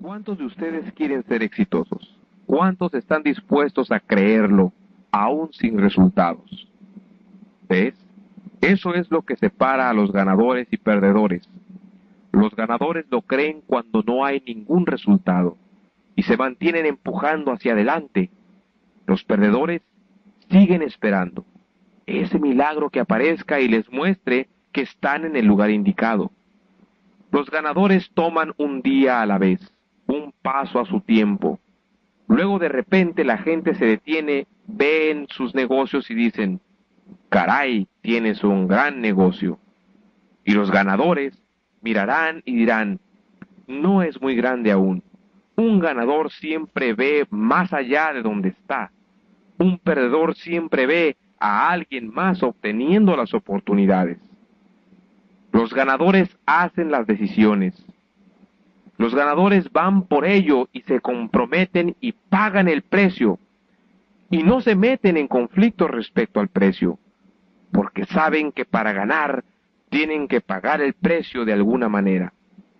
¿Cuántos de ustedes quieren ser exitosos? ¿Cuántos están dispuestos a creerlo, aún sin resultados? ¿Ves? Eso es lo que separa a los ganadores y perdedores. Los ganadores lo creen cuando no hay ningún resultado y se mantienen empujando hacia adelante. Los perdedores siguen esperando ese milagro que aparezca y les muestre que están en el lugar indicado. Los ganadores toman un día a la vez, un paso a su tiempo. Luego de repente la gente se detiene, ven sus negocios y dicen, caray, tienes un gran negocio. Y los ganadores mirarán y dirán, no es muy grande aún. Un ganador siempre ve más allá de donde está. Un perdedor siempre ve a alguien más obteniendo las oportunidades. Los ganadores hacen las decisiones. Los ganadores van por ello y se comprometen y pagan el precio. Y no se meten en conflicto respecto al precio, porque saben que para ganar tienen que pagar el precio de alguna manera.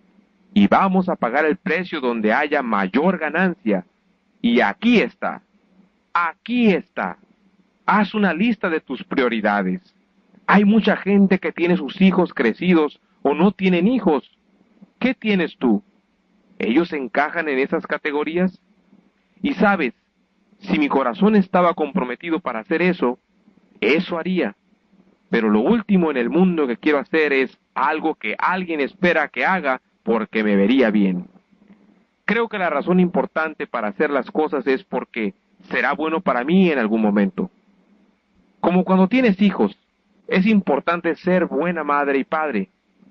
Y vamos a pagar el precio donde haya mayor ganancia. Y aquí está. Aquí está. Haz una lista de tus prioridades. Hay mucha gente que tiene sus hijos crecidos o no tienen hijos. ¿Qué tienes tú? ¿Ellos encajan en esas categorías? Y sabes, si mi corazón estaba comprometido para hacer eso, eso haría. Pero lo último en el mundo que quiero hacer es algo que alguien espera que haga porque me vería bien. Creo que la razón importante para hacer las cosas es porque será bueno para mí en algún momento. Como cuando tienes hijos, es importante ser buena madre y padre.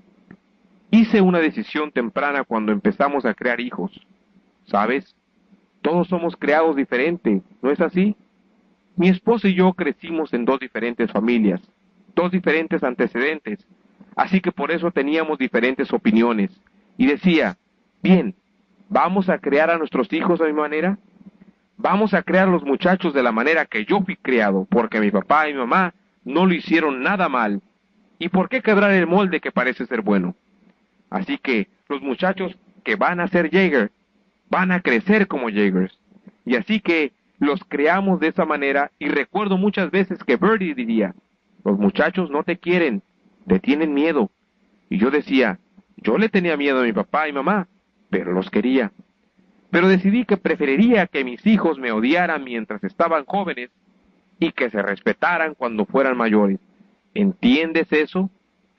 Hice una decisión temprana cuando empezamos a crear hijos. ¿Sabes? Todos somos creados diferente, ¿no es así? Mi esposa y yo crecimos en dos diferentes familias, dos diferentes antecedentes, así que por eso teníamos diferentes opiniones. Y decía, bien, ¿vamos a crear a nuestros hijos a mi manera? ¿Vamos a crear a los muchachos de la manera que yo fui criado, porque mi papá y mi mamá no lo hicieron nada mal? ¿Y por qué quebrar el molde que parece ser bueno? Así que los muchachos que van a ser Jaeger van a crecer como Jaegers. Y así que los creamos de esa manera y recuerdo muchas veces que Birdie diría, los muchachos no te quieren, te tienen miedo. Y yo decía, yo le tenía miedo a mi papá y mamá, pero los quería. Pero decidí que preferiría que mis hijos me odiaran mientras estaban jóvenes y que se respetaran cuando fueran mayores. ¿Entiendes eso?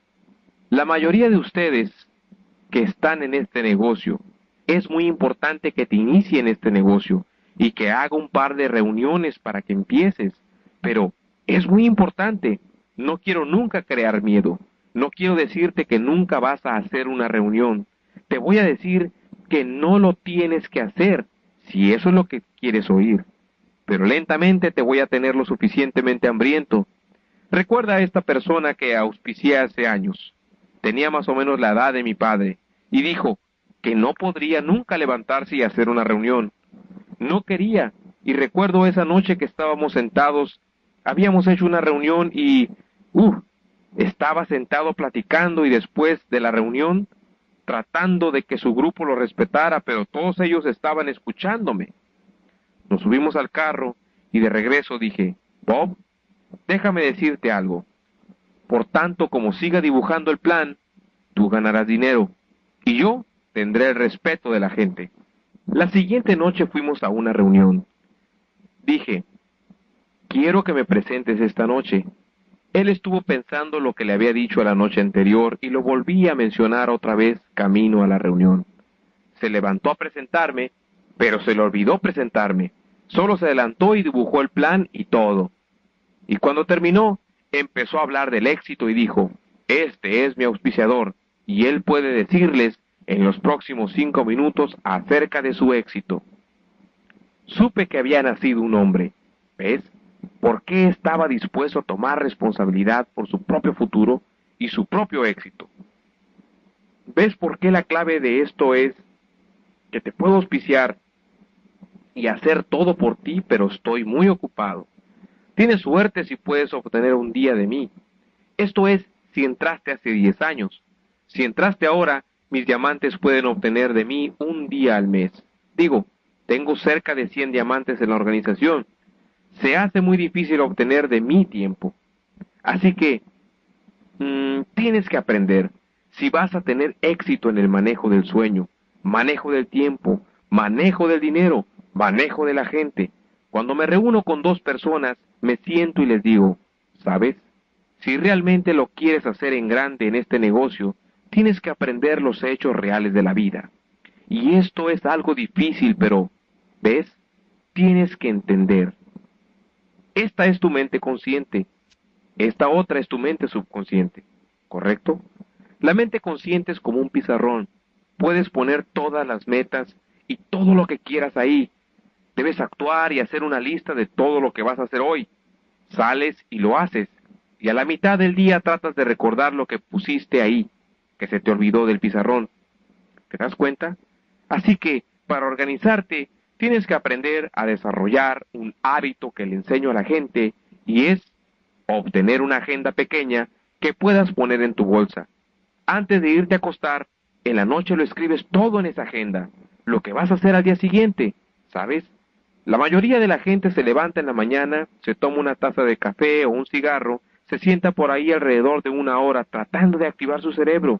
La mayoría de ustedes que están en este negocio, es muy importante que te inicie en este negocio y que haga un par de reuniones para que empieces. Pero es muy importante. No quiero nunca crear miedo. No quiero decirte que nunca vas a hacer una reunión. Te voy a decir que no lo tienes que hacer, si eso es lo que quieres oír. Pero lentamente te voy a tener lo suficientemente hambriento. Recuerda a esta persona que auspicié hace años. Tenía más o menos la edad de mi padre, y dijo que no podría nunca levantarse y hacer una reunión. No quería, y recuerdo esa noche que estábamos sentados, habíamos hecho una reunión y, estaba sentado platicando y después de la reunión, tratando de que su grupo lo respetara, pero todos ellos estaban escuchándome. Nos subimos al carro y de regreso dije, Bob, déjame decirte algo. Por tanto, como siga dibujando el plan, tú ganarás dinero y yo tendré el respeto de la gente. La siguiente noche fuimos a una reunión. Dije, quiero que me presentes esta noche. Él estuvo pensando lo que le había dicho la noche anterior y lo volví a mencionar otra vez camino a la reunión. Se levantó a presentarme, pero se le olvidó presentarme. Solo se adelantó y dibujó el plan y todo. Y cuando terminó, empezó a hablar del éxito y dijo, este es mi auspiciador, y él puede decirles en los próximos 5 minutos acerca de su éxito. Supe que había nacido un hombre. ¿Ves? ¿Por qué estaba dispuesto a tomar responsabilidad por su propio futuro y su propio éxito? ¿Ves por qué la clave de esto es que te puedo auspiciar y hacer todo por ti, pero estoy muy ocupado? Tienes suerte si puedes obtener un día de mí. Esto es, si entraste hace 10 años. Si entraste ahora, mis diamantes pueden obtener de mí un un día al mes. Digo, tengo cerca de 100 diamantes en la organización. Se hace muy difícil obtener de mi tiempo. Así que, tienes que aprender. Si vas a tener éxito en el manejo del sueño, manejo del tiempo, manejo del dinero, manejo de la gente. Cuando me reúno con dos personas, me siento y les digo, ¿sabes? Si realmente lo quieres hacer en grande en este negocio, tienes que aprender los hechos reales de la vida. Y esto es algo difícil, pero, ¿ves? Tienes que entender. Esta es tu mente consciente. Esta otra es tu mente subconsciente. ¿Correcto? La mente consciente es como un pizarrón. Puedes poner todas las metas y todo lo que quieras ahí. Debes actuar y hacer una lista de todo lo que vas a hacer hoy. Sales y lo haces. Y a la mitad del día tratas de recordar lo que pusiste ahí, que se te olvidó del pizarrón. ¿Te das cuenta? Así que, para organizarte, tienes que aprender a desarrollar un hábito que le enseño a la gente, y es obtener una agenda pequeña que puedas poner en tu bolsa. Antes de irte a acostar, en la noche lo escribes todo en esa agenda, lo que vas a hacer al día siguiente, ¿sabes? La mayoría de la gente se levanta en la mañana, se toma una taza de café o un cigarro, se sienta por ahí alrededor de una hora tratando de activar su cerebro.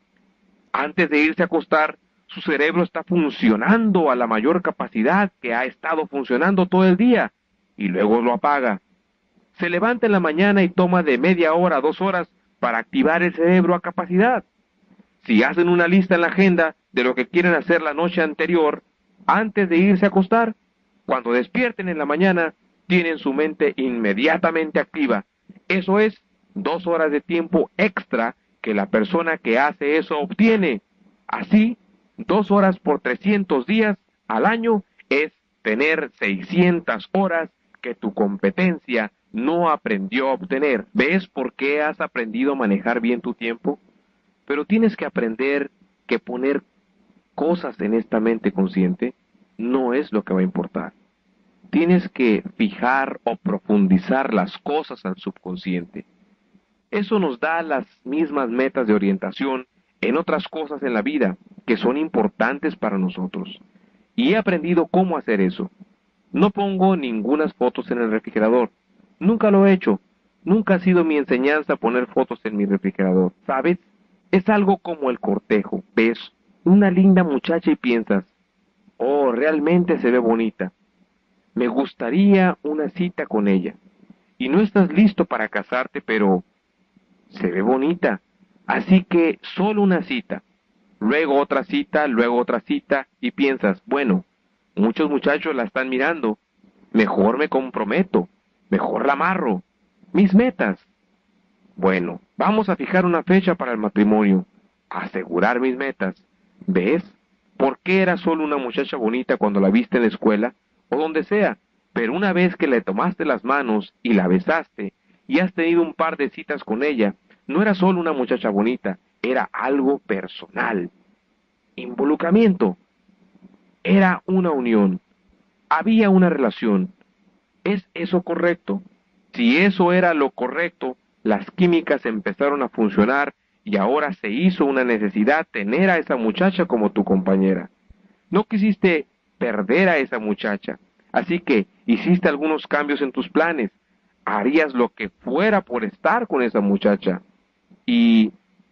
Antes de irse a acostar, su cerebro está funcionando a la mayor capacidad que ha estado funcionando todo el día, y luego lo apaga. Se levanta en la mañana y toma de media hora a 2 horas para activar el cerebro a capacidad. Si hacen una lista en la agenda de lo que quieren hacer la noche anterior, antes de irse a acostar, cuando despierten en la mañana, tienen su mente inmediatamente activa. Eso es 2 horas de tiempo extra que la persona que hace eso obtiene. Así, 2 horas por 300 días al año es tener 600 horas que tu competencia no aprendió a obtener. ¿Ves por qué has aprendido a manejar bien tu tiempo? Pero tienes que aprender que poner cosas en esta mente consciente no es lo que va a importar. Tienes que fijar o profundizar las cosas al subconsciente. Eso nos da las mismas metas de orientación en otras cosas en la vida que son importantes para nosotros. Y he aprendido cómo hacer eso. No pongo ninguna fotos en el refrigerador. Nunca lo he hecho. Nunca ha sido mi enseñanza poner fotos en mi refrigerador. ¿Sabes? Es algo como el cortejo. Ves una linda muchacha y piensas, oh, realmente se ve bonita. Me gustaría una cita con ella. Y no estás listo para casarte, pero se ve bonita. Así que solo una cita. Luego otra cita, y piensas, bueno, muchos muchachos la están mirando. Mejor me comprometo. Mejor la amarro. Mis metas. Bueno, vamos a fijar una fecha para el matrimonio. Asegurar mis metas. ¿Ves? ¿Por qué era solo una muchacha bonita cuando la viste en la escuela? O donde sea. Pero una vez que le tomaste las manos y la besaste, y has tenido un par de citas con ella, no era solo una muchacha bonita, era algo personal. Involucramiento. Era una unión. Había una relación. ¿Es eso correcto? Si eso era lo correcto, las químicas empezaron a funcionar y ahora se hizo una necesidad tener a esa muchacha como tu compañera. No quisiste perder a esa muchacha, así que hiciste algunos cambios en tus planes. Harías lo que fuera por estar con esa muchacha. Y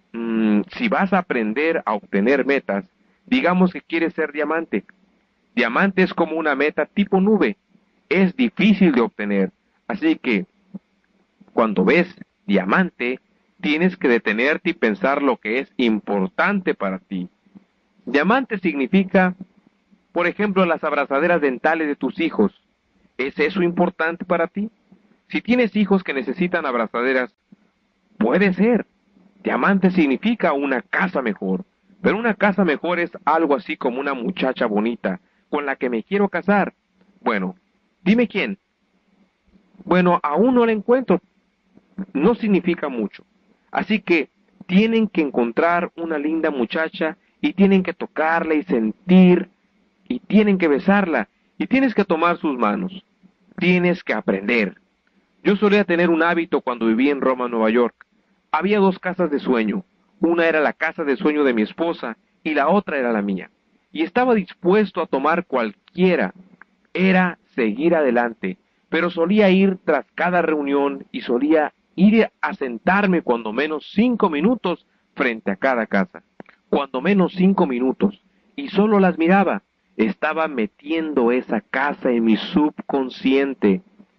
si vas a aprender a obtener metas, digamos que quieres ser diamante. Diamante es como una meta tipo nube. Es difícil de obtener. Así que, cuando ves diamante, tienes que detenerte y pensar lo que es importante para ti. Diamante significa, por ejemplo, las abrazaderas dentales de tus hijos. ¿Es eso importante para ti? Si tienes hijos que necesitan abrazaderas, puede ser. Diamante significa una casa mejor. Pero una casa mejor es algo así como una muchacha bonita, con la que me quiero casar. Bueno, dime quién. Bueno, aún no la encuentro. No significa mucho. Así que tienen que encontrar una linda muchacha y tienen que tocarla y sentir y tienen que besarla y tienes que tomar sus manos. Tienes que aprender. Yo solía tener un hábito cuando viví en Roma, Nueva York. Había 2 casas de sueño. Una era la casa de sueño de mi esposa y la otra era la mía. y estaba dispuesto a tomar cualquiera. Era seguir adelante, pero solía ir tras cada reunión y solía ir a sentarme cuando menos 5 minutos frente a cada casa. Cuando menos 5 minutos, y solo las miraba. Estaba metiendo esa casa en mi subconsciente.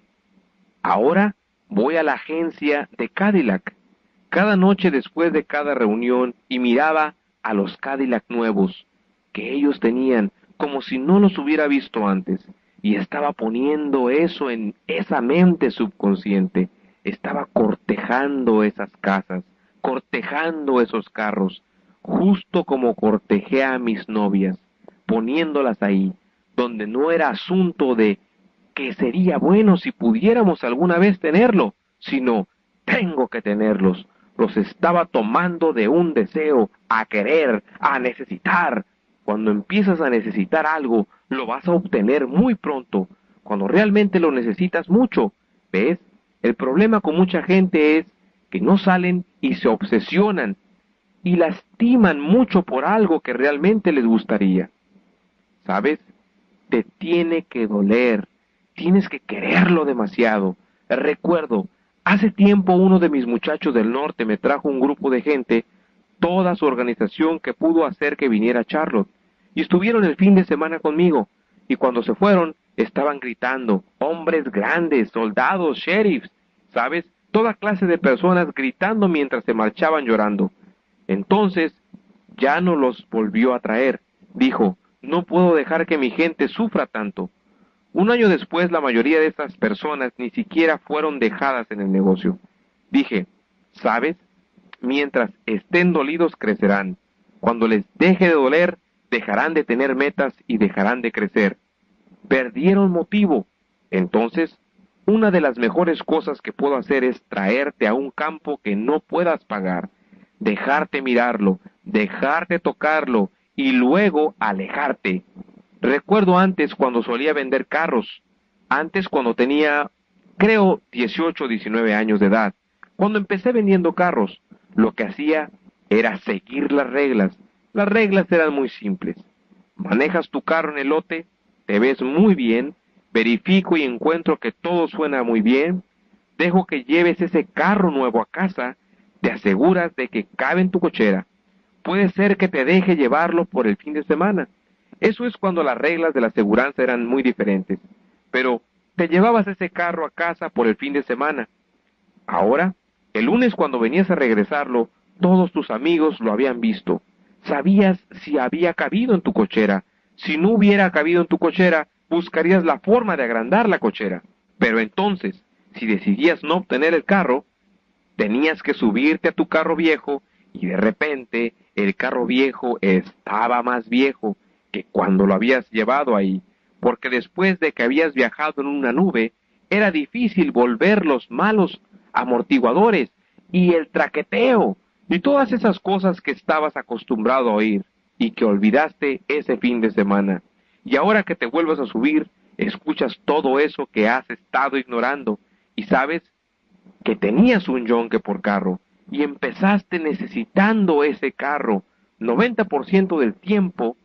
Ahora voy a la agencia de Cadillac cada noche después de cada reunión y miraba a los Cadillac nuevos que ellos tenían como si no los hubiera visto antes, y estaba poniendo eso en esa mente subconsciente. Estaba cortejando esas casas, cortejando esos carros, justo como cortejé a mis novias, poniéndolas ahí, donde no era asunto de que sería bueno si pudiéramos alguna vez tenerlo, sino tengo que tenerlos. Los estaba tomando de un deseo, a querer, a necesitar. Cuando empiezas a necesitar algo, lo vas a obtener muy pronto, cuando realmente lo necesitas mucho. ¿Ves? El problema con mucha gente es que no salen y se obsesionan y lastiman mucho por algo que realmente les gustaría. ¿Sabes? Te tiene que doler, tienes que quererlo demasiado. Recuerdo, hace tiempo uno de mis muchachos del norte me trajo un grupo de gente, toda su organización, que pudo hacer que viniera a Charlotte, y estuvieron el fin de semana conmigo, y cuando se fueron, estaban gritando, hombres grandes, soldados, sheriffs, ¿sabes? Toda clase de personas gritando mientras se marchaban llorando. Entonces, ya no los volvió a traer. Dijo, no puedo dejar que mi gente sufra tanto. Un año después, la mayoría de estas personas ni siquiera fueron dejadas en el negocio. Dije, ¿sabes? Mientras estén dolidos, crecerán. Cuando les deje de doler, dejarán de tener metas y dejarán de crecer. Perdieron motivo. Entonces, una de las mejores cosas que puedo hacer es traerte a un campo que no puedas pagar, dejarte mirarlo, dejarte tocarlo y luego alejarte. Recuerdo antes cuando solía vender carros, antes cuando tenía, creo, 18 o 19 años de edad. Cuando empecé vendiendo carros, lo que hacía era seguir las reglas. Las reglas eran muy simples. Manejas tu carro en el lote, te ves muy bien, verifico y encuentro que todo suena muy bien, dejo que lleves ese carro nuevo a casa, te aseguras de que cabe en tu cochera. Puede ser que te deje llevarlo por el fin de semana. Eso es cuando las reglas de la aseguranza eran muy diferentes. Pero te llevabas ese carro a casa por el fin de semana. Ahora, el lunes cuando venías a regresarlo, todos tus amigos lo habían visto. Sabías si había cabido en tu cochera. Si no hubiera cabido en tu cochera, buscarías la forma de agrandar la cochera. Pero entonces, si decidías no obtener el carro, tenías que subirte a tu carro viejo y de repente el carro viejo estaba más viejo que cuando lo habías llevado ahí, porque después de que habías viajado en una nube, era difícil volver los malos amortiguadores y el traqueteo y todas esas cosas que estabas acostumbrado a oír y que olvidaste ese fin de semana. Y ahora que te vuelves a subir, escuchas todo eso que has estado ignorando y sabes que tenías un yonque por carro y empezaste necesitando ese carro. 90% del tiempo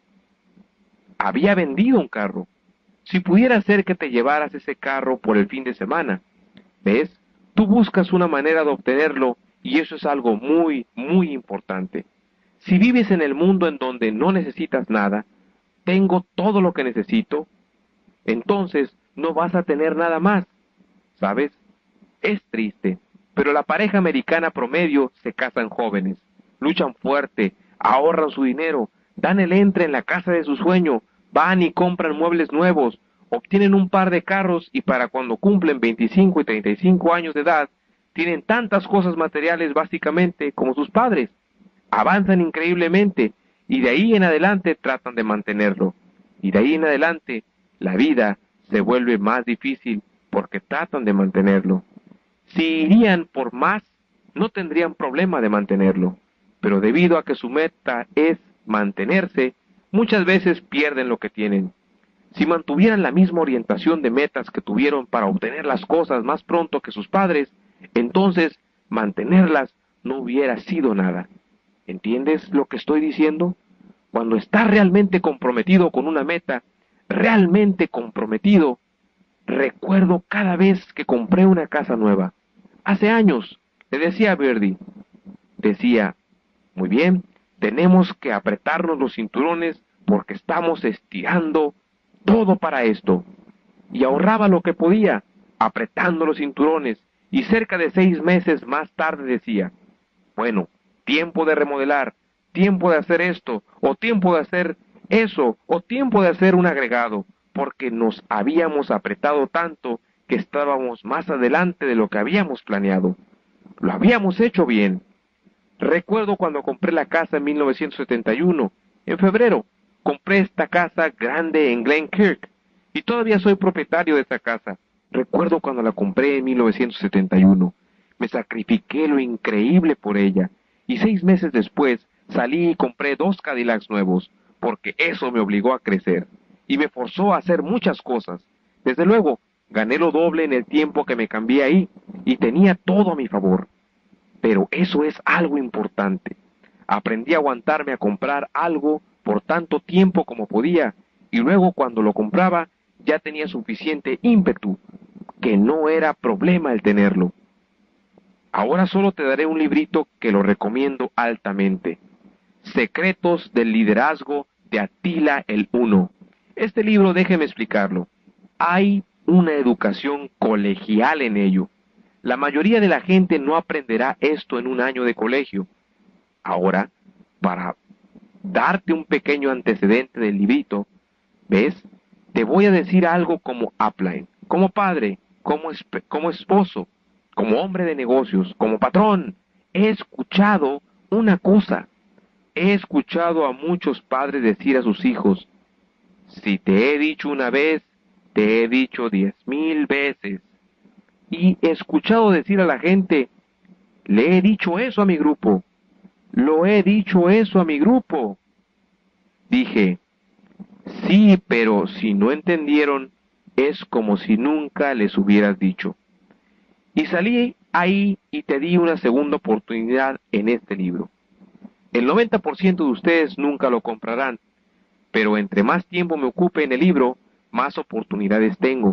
había vendido un carro. Si pudiera ser que te llevaras ese carro por el fin de semana, ¿ves? Tú buscas una manera de obtenerlo y eso es algo muy, muy importante. Si vives en el mundo en donde no necesitas nada, tengo todo lo que necesito, entonces no vas a tener nada más, ¿sabes? Es triste, pero la pareja americana promedio se casan jóvenes, luchan fuerte, ahorran su dinero, dan el entre en la casa de su sueño, van y compran muebles nuevos, obtienen un par de carros y para cuando cumplen 25 y 35 años de edad, tienen tantas cosas materiales básicamente como sus padres. Avanzan increíblemente y de ahí en adelante tratan de mantenerlo. Y de ahí en adelante la vida se vuelve más difícil porque tratan de mantenerlo. Si irían por más, no tendrían problema de mantenerlo, pero debido a que su meta es mantenerse, muchas veces pierden lo que tienen. Si mantuvieran la misma orientación de metas que tuvieron para obtener las cosas más pronto que sus padres, entonces mantenerlas no hubiera sido nada. ¿Entiendes lo que estoy diciendo? Cuando estás realmente comprometido con una meta, realmente comprometido, recuerdo cada vez que compré una casa nueva. Hace años, le decía a Verdi, decía, muy bien, tenemos que apretarnos los cinturones porque estamos estirando todo para esto. Y ahorraba lo que podía, apretando los cinturones, y cerca de 6 meses más tarde decía, bueno, tiempo de remodelar, tiempo de hacer esto, o tiempo de hacer eso, o tiempo de hacer un agregado, porque nos habíamos apretado tanto que estábamos más adelante de lo que habíamos planeado. Lo habíamos hecho bien. Recuerdo cuando compré la casa en 1971, en febrero, compré esta casa grande en Glen Kirk, y todavía soy propietario de esta casa. Recuerdo cuando la compré en 1971. Me sacrifiqué lo increíble por ella, y 6 meses después salí y compré 2 Cadillacs nuevos, porque eso me obligó a crecer, y me forzó a hacer muchas cosas. Desde luego, gané lo doble en el tiempo que me cambié ahí, y tenía todo a mi favor. Pero eso es algo importante. Aprendí a aguantarme a comprar algo por tanto tiempo como podía, y luego cuando lo compraba ya tenía suficiente ímpetu, que no era problema el tenerlo. Ahora solo te daré un librito que lo recomiendo altamente. Secretos del liderazgo de Attila el Uno. Este libro, déjeme explicarlo. Hay una educación colegial en ello. La mayoría de la gente no aprenderá esto en un año de colegio. Ahora, para darte un pequeño antecedente del librito, ¿ves? Te voy a decir algo como upline, como padre, como esposo, como hombre de negocios, como patrón. He escuchado una cosa. He escuchado a muchos padres decir a sus hijos, si te he dicho una vez, te he dicho 10,000 veces. Y he escuchado decir a la gente, le he dicho eso a mi grupo, lo he dicho eso a mi grupo. Dije, sí, pero si no entendieron, es como si nunca les hubieras dicho. Y salí ahí y te di una segunda oportunidad en este libro. El 90% de ustedes nunca lo comprarán, pero entre más tiempo me ocupe en el libro, más oportunidades tengo.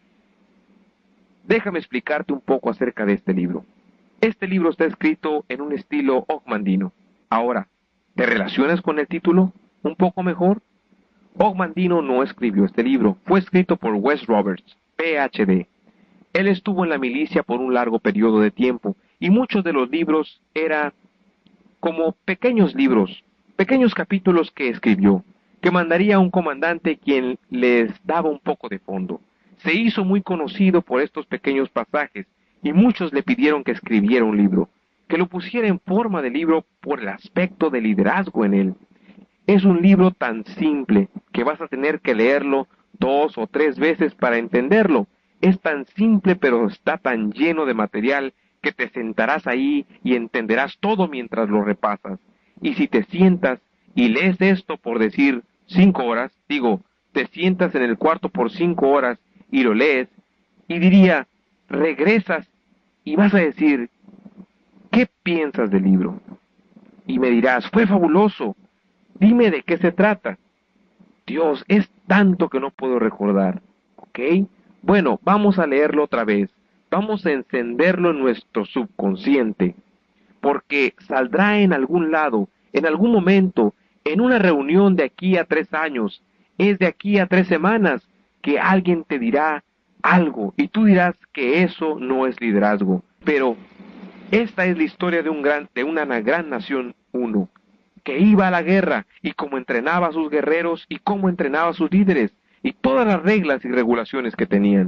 Déjame explicarte un poco acerca de este libro. Este libro está escrito en un estilo ogmandino. Ahora, ¿te relacionas con el título un poco mejor? Ogmandino no escribió este libro, fue escrito por Wes Roberts, PhD. Él estuvo en la milicia por un largo periodo de tiempo, y muchos de los libros eran como pequeños libros, pequeños capítulos que escribió, que mandaría a un comandante quien les daba un poco de fondo. Se hizo muy conocido por estos pequeños pasajes, y muchos le pidieron que escribiera un libro, que lo pusiera en forma de libro por el aspecto de liderazgo en él. Es un libro tan simple que vas a tener que leerlo 2 o 3 veces para entenderlo. Es tan simple pero está tan lleno de material que te sentarás ahí y entenderás todo mientras lo repasas. Y si te sientas y lees esto por decir 5 horas, te sientas en el cuarto por 5 horas y lo lees, y diría, regresas y vas a decir, ¿qué piensas del libro? Y me dirás, fue fabuloso, dime de qué se trata. Dios, es tanto que no puedo recordar, ¿ok? Bueno, vamos a leerlo otra vez. Vamos a encenderlo en nuestro subconsciente, porque saldrá en algún lado, en algún momento, en una reunión de aquí a 3 años, es de aquí a 3 semanas, que alguien te dirá algo, y tú dirás que eso no es liderazgo. Pero esta es la historia de una gran nación uno, que iba a la guerra, y cómo entrenaba a sus guerreros, y cómo entrenaba a sus líderes, y todas las reglas y regulaciones que tenían.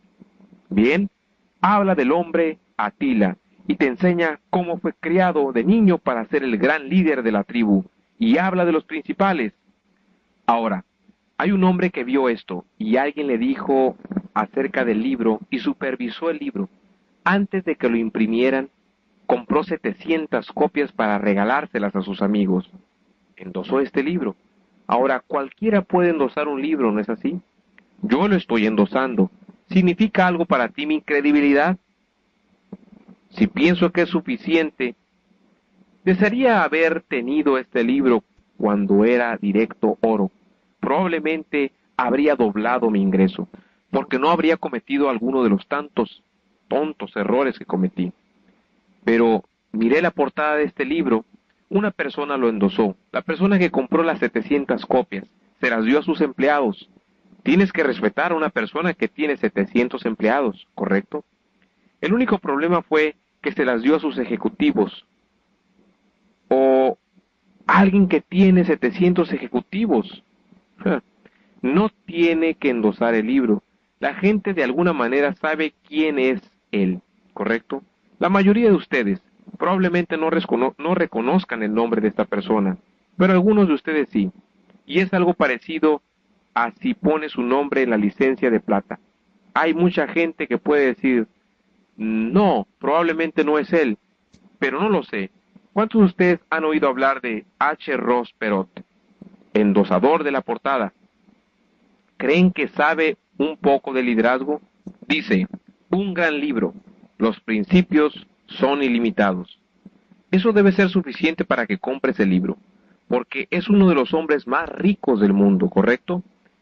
Bien, habla del hombre Atila, y te enseña cómo fue criado de niño para ser el gran líder de la tribu, y habla de los principales. Ahora, hay un hombre que vio esto, y alguien le dijo acerca del libro, y supervisó el libro. Antes de que lo imprimieran, compró 700 copias para regalárselas a sus amigos. Endosó este libro. Ahora, cualquiera puede endosar un libro, ¿no es así? Yo lo estoy endosando. ¿Significa algo para ti mi credibilidad? Si pienso que es suficiente, desearía haber tenido este libro cuando era directo oro. Probablemente habría doblado mi ingreso, porque no habría cometido alguno de los tantos tontos errores que cometí. Pero miré la portada de este libro, una persona lo endosó, la persona que compró las 700 copias, se las dio a sus empleados. Tienes que respetar a una persona que tiene 700 empleados, ¿correcto? El único problema fue que se las dio a sus ejecutivos, o alguien que tiene 700 ejecutivos. No tiene que endosar el libro. La gente de alguna manera sabe quién es él, ¿correcto? La mayoría de ustedes probablemente no reconozcan el nombre de esta persona, pero algunos de ustedes sí. Y es algo parecido a si pone su nombre en la licencia de plata. Hay mucha gente que puede decir, no, probablemente no es él, pero no lo sé. ¿Cuántos de ustedes han oído hablar de H. Ross Perot, endosador de la portada? ¿Creen que sabe un poco de liderazgo? Dice, un gran libro, los principios son ilimitados. Eso debe ser suficiente para que compres el libro, porque es uno de los hombres más ricos del mundo, ¿correcto?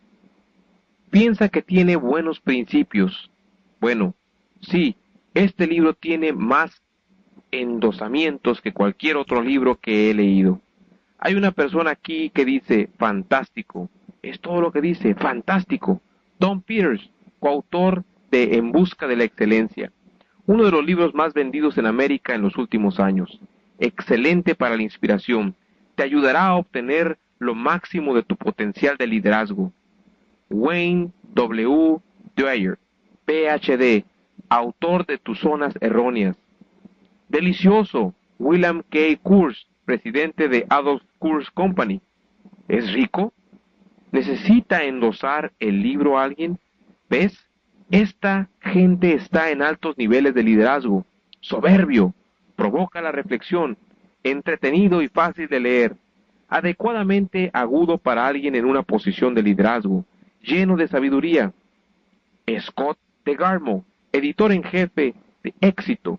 Piensa que tiene buenos principios. Bueno, sí, este libro tiene más endosamientos que cualquier otro libro que he leído. Hay una persona aquí que dice, fantástico. Es todo lo que dice, fantástico. Tom Peters, coautor de En busca de la excelencia, uno de los libros más vendidos en América en los últimos años. Excelente para la inspiración. Te ayudará a obtener lo máximo de tu potencial de liderazgo. Wayne W. Dwyer, PhD, autor de Tus zonas erróneas. Delicioso. William K. Kurz, presidente de Adolf Kurz Company. ¿Es rico? ¿Necesita endosar el libro a alguien? ¿Ves? Esta gente está en altos niveles de liderazgo. Soberbio. Provoca la reflexión. Entretenido y fácil de leer. Adecuadamente agudo para alguien en una posición de liderazgo. Lleno de sabiduría. Scott DeGarmo, editor en jefe de Éxito.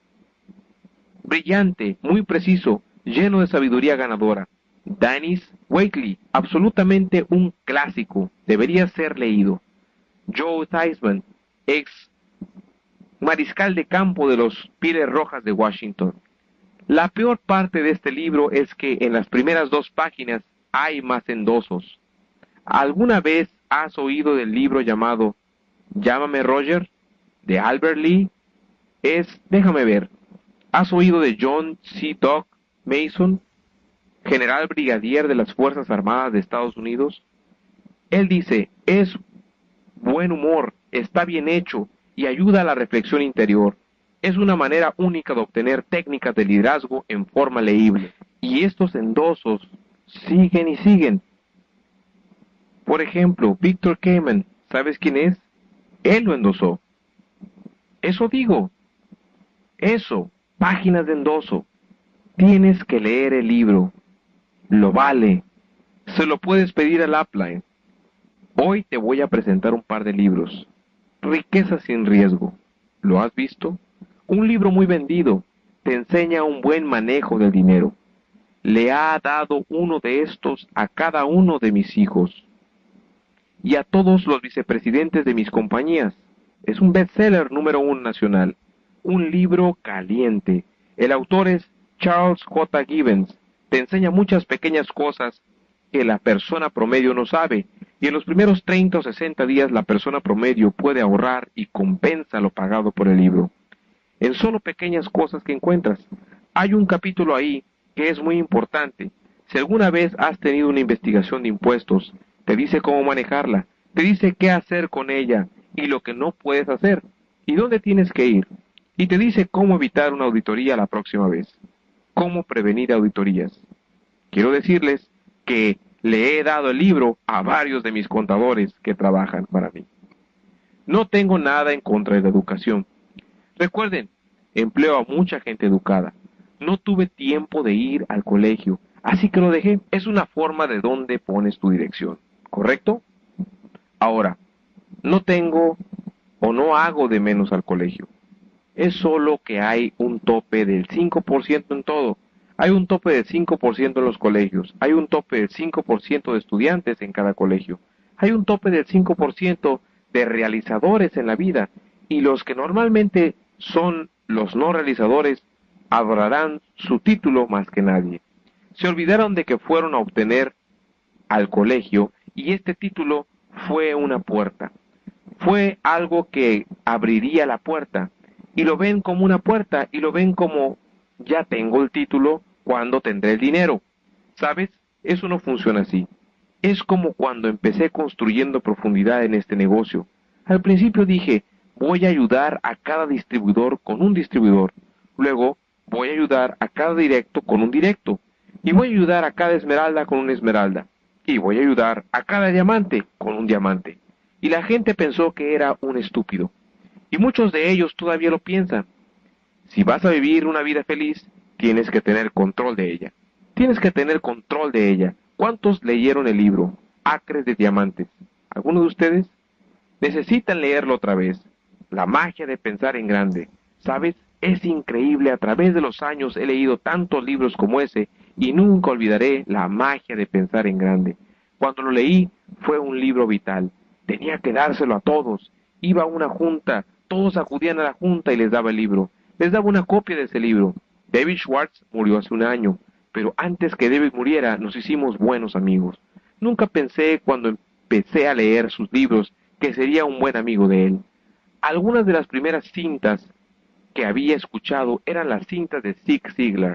Brillante, muy preciso, lleno de sabiduría ganadora. Dennis Waitley, absolutamente un clásico, debería ser leído. Joe Theismann, ex mariscal de campo de los Pieles Rojas de Washington. La peor parte de este libro es que en las primeras 2 páginas hay más endosos. ¿Alguna vez has oído del libro llamado Llámame Roger, de Albert Lee? Déjame ver. ¿Has oído de John C. Doug Mason, general brigadier de las Fuerzas Armadas de Estados Unidos? Él dice, es buen humor, está bien hecho y ayuda a la reflexión interior. Es una manera única de obtener técnicas de liderazgo en forma leíble. Y estos endosos siguen y siguen. Por ejemplo, Victor Kamen, ¿sabes quién es? Él lo endosó. Eso digo. Eso, páginas de endoso. Tienes que leer el libro. Lo vale. Se lo puedes pedir al upline. Hoy te voy a presentar un par de libros. Riqueza sin riesgo. ¿Lo has visto? Un libro muy vendido. Te enseña un buen manejo del dinero. Le ha dado uno de estos a cada uno de mis hijos. Y a todos los vicepresidentes de mis compañías. Es un bestseller número 1 nacional. Un libro caliente. El autor es Charles J. Gibbons. Te enseña muchas pequeñas cosas que la persona promedio no sabe. Y en los primeros 30 o 60 días la persona promedio puede ahorrar y compensa lo pagado por el libro. En solo pequeñas cosas que encuentras. Hay un capítulo ahí que es muy importante. Si alguna vez has tenido una investigación de impuestos, te dice cómo manejarla, te dice qué hacer con ella y lo que no puedes hacer y dónde tienes que ir. Y te dice cómo evitar una auditoría la próxima vez. Cómo prevenir auditorías. Quiero decirles que le he dado el libro a varios de mis contadores que trabajan para mí. No tengo nada en contra de la educación. Recuerden, empleo a mucha gente educada. No tuve tiempo de ir al colegio, así que lo dejé. Es una forma de dónde pones tu dirección, ¿correcto? Ahora, no tengo o no hago de menos al colegio. Es solo que hay un tope del 5% en todo. Hay un tope del 5% en los colegios, hay un tope del 5% de estudiantes en cada colegio, hay un tope del 5% de realizadores en la vida, y los que normalmente son los no realizadores adorarán su título más que nadie. Se olvidaron de que fueron a obtener al colegio y este título fue una puerta. Fue algo que abriría la puerta y lo ven como una puerta y lo ven como ya tengo el título, ¿cuándo tendré el dinero? ¿Sabes? Eso no funciona así. Es como cuando empecé construyendo profundidad en este negocio. Al principio dije, voy a ayudar a cada distribuidor con un distribuidor. Luego, voy a ayudar a cada directo con un directo. Y voy a ayudar a cada esmeralda con una esmeralda. Y voy a ayudar a cada diamante con un diamante. Y la gente pensó que era un estúpido. Y muchos de ellos todavía lo piensan. Si vas a vivir una vida feliz, tienes que tener control de ella. Tienes que tener control de ella. ¿Cuántos leyeron el libro Acres de Diamantes? ¿Algunos de ustedes? Necesitan leerlo otra vez. La magia de pensar en grande. ¿Sabes? Es increíble, a través de los años he leído tantos libros como ese y nunca olvidaré la magia de pensar en grande. Cuando lo leí fue un libro vital. Tenía que dárselo a todos. Iba a una junta, todos acudían a la junta y les daba el libro. Les daba una copia de ese libro. David Schwartz murió hace un año, pero antes que David muriera nos hicimos buenos amigos. Nunca pensé cuando empecé a leer sus libros que sería un buen amigo de él. Algunas de las primeras cintas que había escuchado eran las cintas de Zig Ziglar.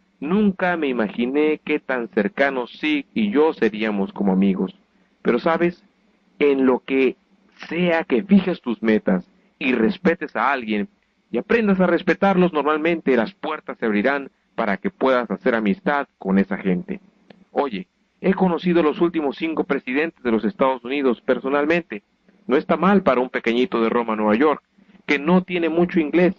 Nunca me imaginé qué tan cercanos Zig y yo seríamos como amigos. Pero sabes, en lo que sea que fijes tus metas y respetes a alguien y aprendas a respetarlos, normalmente las puertas se abrirán para que puedas hacer amistad con esa gente. Oye, he conocido los últimos 5 presidentes de los Estados Unidos personalmente. No está mal para un pequeñito de Roma, Nueva York, que no tiene mucho inglés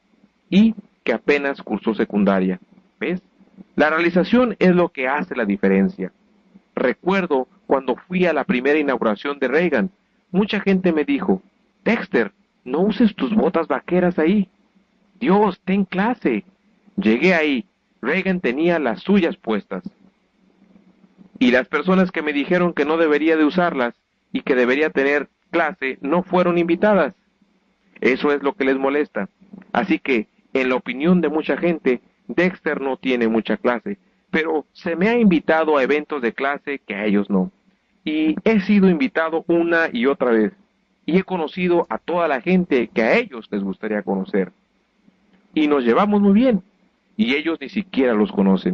y que apenas cursó secundaria. ¿Ves? La realización es lo que hace la diferencia. Recuerdo cuando fui a la primera inauguración de Reagan, mucha gente me dijo, Dexter, no uses tus botas vaqueras ahí. Dios, ten clase. Llegué ahí, Reagan tenía las suyas puestas. Y las personas que me dijeron que no debería de usarlas y que debería tener clase no fueron invitadas. Eso es lo que les molesta. Así que, en la opinión de mucha gente, Dexter no tiene mucha clase, pero se me ha invitado a eventos de clase que a ellos no. Y he sido invitado una y otra vez, y he conocido a toda la gente que a ellos les gustaría conocer. Y nos llevamos muy bien, y ellos ni siquiera los conocen.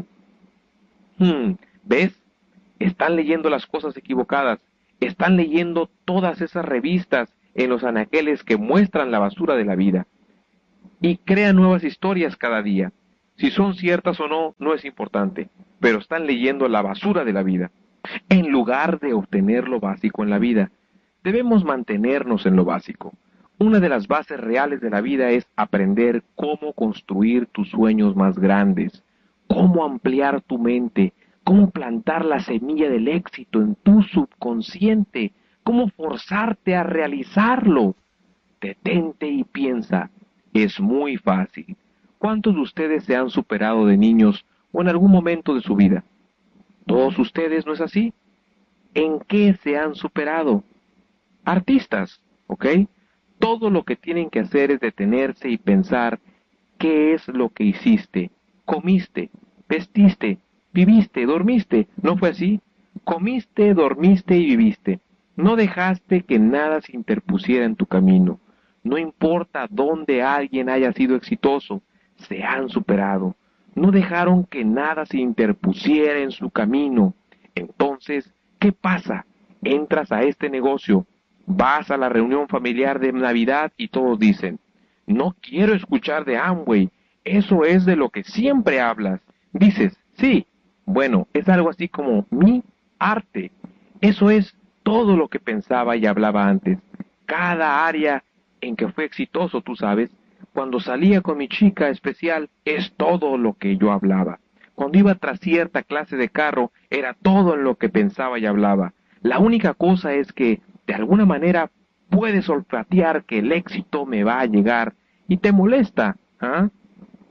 ¿Ves? Están leyendo las cosas equivocadas, están leyendo todas esas revistas en los anaqueles que muestran la basura de la vida. Y crean nuevas historias cada día. Si son ciertas o no, no es importante, pero están leyendo la basura de la vida. En lugar de obtener lo básico en la vida, debemos mantenernos en lo básico. Una de las bases reales de la vida es aprender cómo construir tus sueños más grandes, cómo ampliar tu mente, cómo plantar la semilla del éxito en tu subconsciente, cómo forzarte a realizarlo. Detente y piensa, es muy fácil. ¿Cuántos de ustedes se han superado de niños o en algún momento de su vida? ¿Todos ustedes no es así? ¿En qué se han superado? Artistas, ¿ok? Todo lo que tienen que hacer es detenerse y pensar qué es lo que hiciste. Comiste, vestiste, viviste, dormiste. ¿No fue así? Comiste, dormiste y viviste. No dejaste que nada se interpusiera en tu camino. No importa dónde alguien haya sido exitoso, se han superado. No dejaron que nada se interpusiera en su camino. Entonces, ¿qué pasa? Entras a este negocio, vas a la reunión familiar de Navidad y todos dicen, no quiero escuchar de Amway, eso es de lo que siempre hablas. Dices, sí, bueno, es algo así como mi arte. Eso es todo lo que pensaba y hablaba antes. Cada área en que fue exitoso, tú sabes, cuando salía con mi chica especial, es todo lo que yo hablaba. Cuando iba tras cierta clase de carro, era todo en lo que pensaba y hablaba. La única cosa es que, de alguna manera, puedes olfatear que el éxito me va a llegar y te molesta, ¿ah?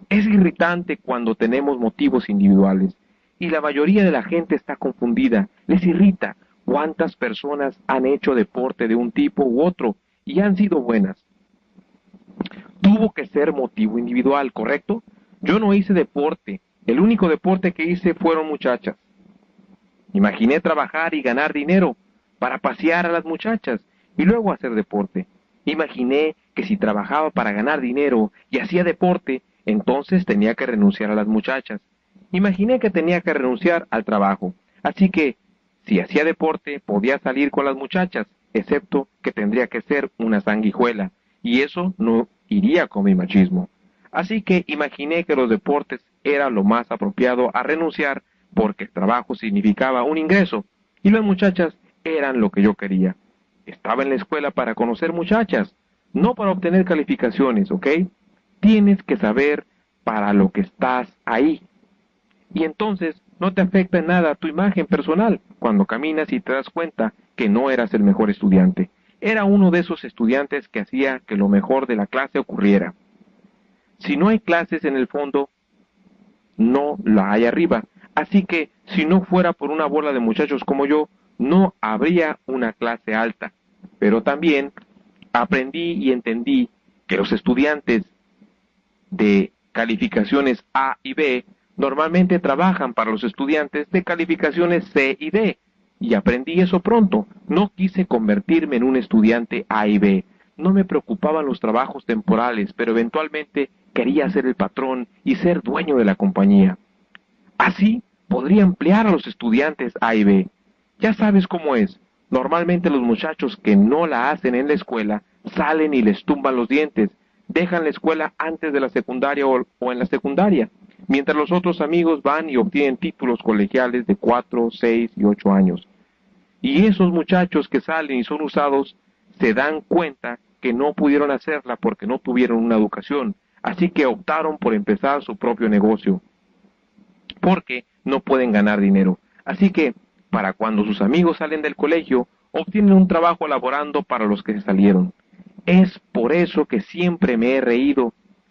Es irritante cuando tenemos motivos individuales y la mayoría de la gente está confundida. Les irrita. ¿Cuántas personas han hecho deporte de un tipo u otro y han sido buenas? Tuvo que ser motivo individual, ¿correcto? Yo no hice deporte. El único deporte que hice fueron muchachas. Imaginé trabajar y ganar dinero para pasear a las muchachas y luego hacer deporte. Imaginé que si trabajaba para ganar dinero y hacía deporte, entonces tenía que renunciar a las muchachas. Imaginé que tenía que renunciar al trabajo. Así que, si hacía deporte, podía salir con las muchachas, excepto que tendría que ser una sanguijuela, y eso no iría con mi machismo. Así que imaginé que los deportes era lo más apropiado a renunciar porque el trabajo significaba un ingreso y las muchachas eran lo que yo quería. Estaba en la escuela para conocer muchachas, no para obtener calificaciones, ¿ok? Tienes que saber para lo que estás ahí. Y entonces no te afecta en nada tu imagen personal cuando caminas y te das cuenta que no eras el mejor estudiante. Era uno de esos estudiantes que hacía que lo mejor de la clase ocurriera. Si no hay clases en el fondo, no la hay arriba. Así que si no fuera por una bola de muchachos como yo, no habría una clase alta. Pero también aprendí y entendí que los estudiantes de calificaciones A y B normalmente trabajan para los estudiantes de calificaciones C y D. Y aprendí eso pronto. No quise convertirme en un estudiante A y B. No me preocupaban los trabajos temporales, pero eventualmente quería ser el patrón y ser dueño de la compañía. Así podría emplear a los estudiantes A y B. Ya sabes cómo es. Normalmente los muchachos que no la hacen en la escuela salen y les tumban los dientes, dejan la escuela antes de la secundaria o en la secundaria, mientras los otros amigos van y obtienen títulos colegiales de 4, 6 y 8 años. Y esos muchachos que salen y son usados se dan cuenta que no pudieron hacerla porque no tuvieron una educación, así que optaron por empezar su propio negocio, porque no pueden ganar dinero. Así que, para cuando sus amigos salen del colegio, obtienen un trabajo laborando para los que se salieron. Es por eso que siempre me he reído.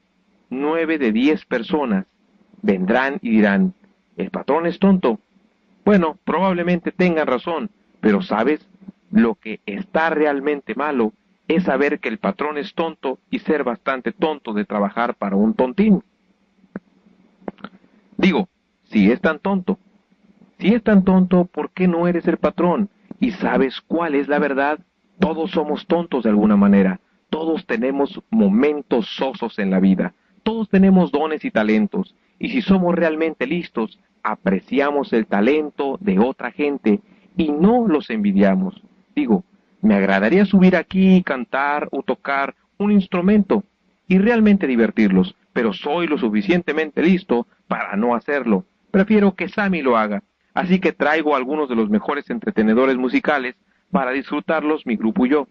9 de 10 personas vendrán y dirán, ¿el patrón es tonto? Bueno, probablemente tengan razón, pero ¿sabes? Lo que está realmente malo es saber que el patrón es tonto y ser bastante tonto de trabajar para un tontín. Digo, si es tan tonto. Si es tan tonto, ¿por qué no eres el patrón? ¿Y sabes cuál es la verdad? Todos somos tontos de alguna manera. Todos tenemos momentos sosos en la vida. Todos tenemos dones y talentos. Y si somos realmente listos, apreciamos el talento de otra gente y no los envidiamos. Digo, me agradaría subir aquí y cantar o tocar un instrumento y realmente divertirlos, pero soy lo suficientemente listo para no hacerlo. Prefiero que Sammy lo haga. Así que traigo a algunos de los mejores entretenedores musicales para disfrutarlos mi grupo y yo.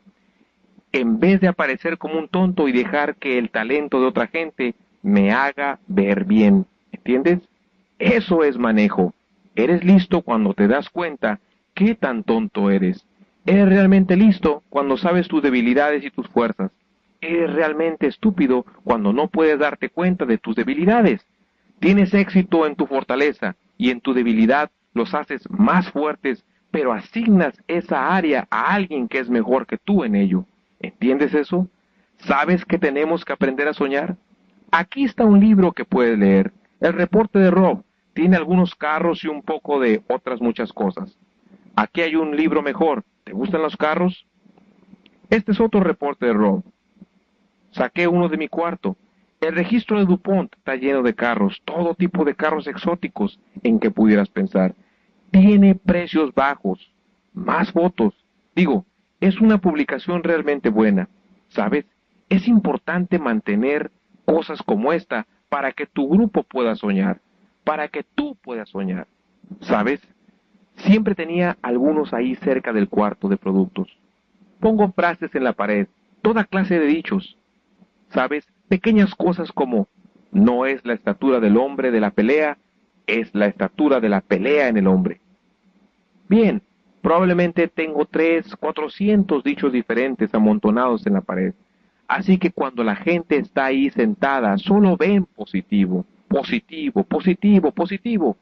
En vez de aparecer como un tonto y dejar que el talento de otra gente me haga ver bien. ¿Entiendes? Eso es manejo. Eres listo cuando te das cuenta qué tan tonto eres. Eres realmente listo cuando sabes tus debilidades y tus fuerzas. Eres realmente estúpido cuando no puedes darte cuenta de tus debilidades. Tienes éxito en tu fortaleza y en tu debilidad los haces más fuertes, pero asignas esa área a alguien que es mejor que tú en ello. ¿Entiendes eso? ¿Sabes que tenemos que aprender a soñar? Aquí está un libro que puedes leer. El reporte de Rob tiene algunos carros y un poco de otras muchas cosas. Aquí hay un libro mejor. ¿Te gustan los carros? Este es otro reporte de Rob. Saqué uno de mi cuarto. El registro de DuPont está lleno de carros, todo tipo de carros exóticos en que pudieras pensar. Tiene precios bajos, más fotos. Digo, es una publicación realmente buena. ¿Sabes? Es importante mantener cosas como esta para que tu grupo pueda soñar, para que tú puedas soñar. ¿Sabes? Siempre tenía algunos ahí cerca del cuarto de productos. Pongo frases en la pared, toda clase de dichos. ¿Sabes? Pequeñas cosas como, no es la estatura del hombre de la pelea, es la estatura de la pelea en el hombre. Bien, probablemente tengo 300, 400 dichos diferentes amontonados en la pared. Así que cuando la gente está ahí sentada, solo ven positivo, positivo, positivo, positivo.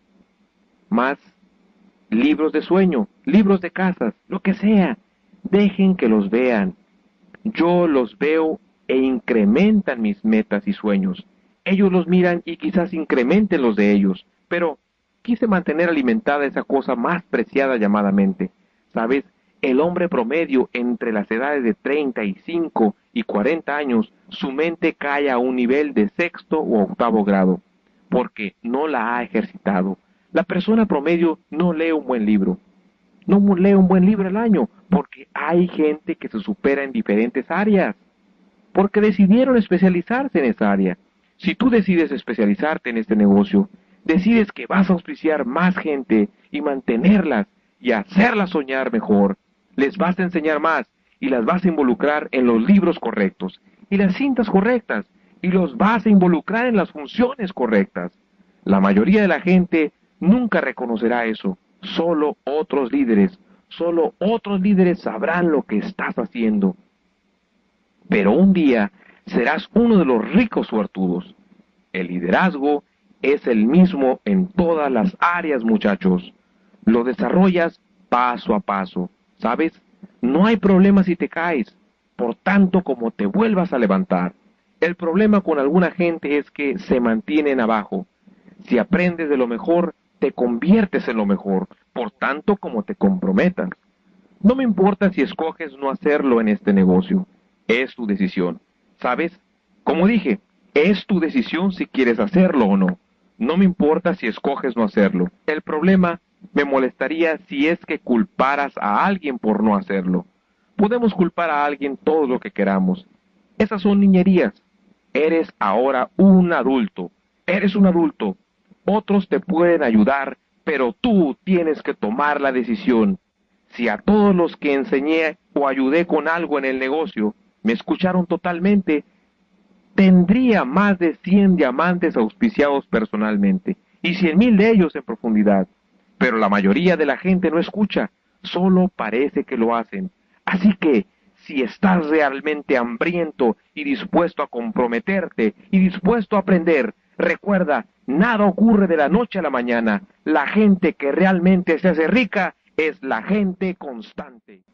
Más libros de sueño, libros de casas, lo que sea. Dejen que los vean. Yo los veo e incrementan mis metas y sueños. Ellos los miran y quizás incrementen los de ellos, pero quise mantener alimentada esa cosa más preciada llamada mente. ¿Sabes? El hombre promedio entre las edades de 35 y 40 años, su mente cae a un nivel de sexto o octavo grado, porque no la ha ejercitado. La persona promedio no lee un buen libro. No lee un buen libro al año, porque hay gente que se supera en diferentes áreas, porque decidieron especializarse en esa área. Si tú decides especializarte en este negocio, decides que vas a auspiciar más gente y mantenerlas y hacerlas soñar mejor, les vas a enseñar más y las vas a involucrar en los libros correctos y las cintas correctas y los vas a involucrar en las funciones correctas. La mayoría de la gente nunca reconocerá eso. Solo otros líderes sabrán lo que estás haciendo. Pero un día serás uno de los ricos suertudos. El liderazgo es el mismo en todas las áreas, muchachos. Lo desarrollas paso a paso. ¿Sabes? No hay problema si te caes, por tanto como te vuelvas a levantar. El problema con alguna gente es que se mantienen abajo. Si aprendes de lo mejor, te conviertes en lo mejor, por tanto como te comprometas. No me importa si escoges no hacerlo en este negocio. Es tu decisión. ¿Sabes? Como dije, es tu decisión si quieres hacerlo o no. No me importa si escoges no hacerlo. El problema me molestaría si es que culparas a alguien por no hacerlo. Podemos culpar a alguien todo lo que queramos. Esas son niñerías. Eres ahora un adulto. Eres un adulto. Otros te pueden ayudar, pero tú tienes que tomar la decisión. Si a todos los que enseñé o ayudé con algo en el negocio me escucharon totalmente, tendría más de 100 diamantes auspiciados personalmente y 100,000 de ellos en profundidad. Pero la mayoría de la gente no escucha, solo parece que lo hacen. Así que, si estás realmente hambriento y dispuesto a comprometerte y dispuesto a aprender, recuerda, nada ocurre de la noche a la mañana. La gente que realmente se hace rica es la gente constante.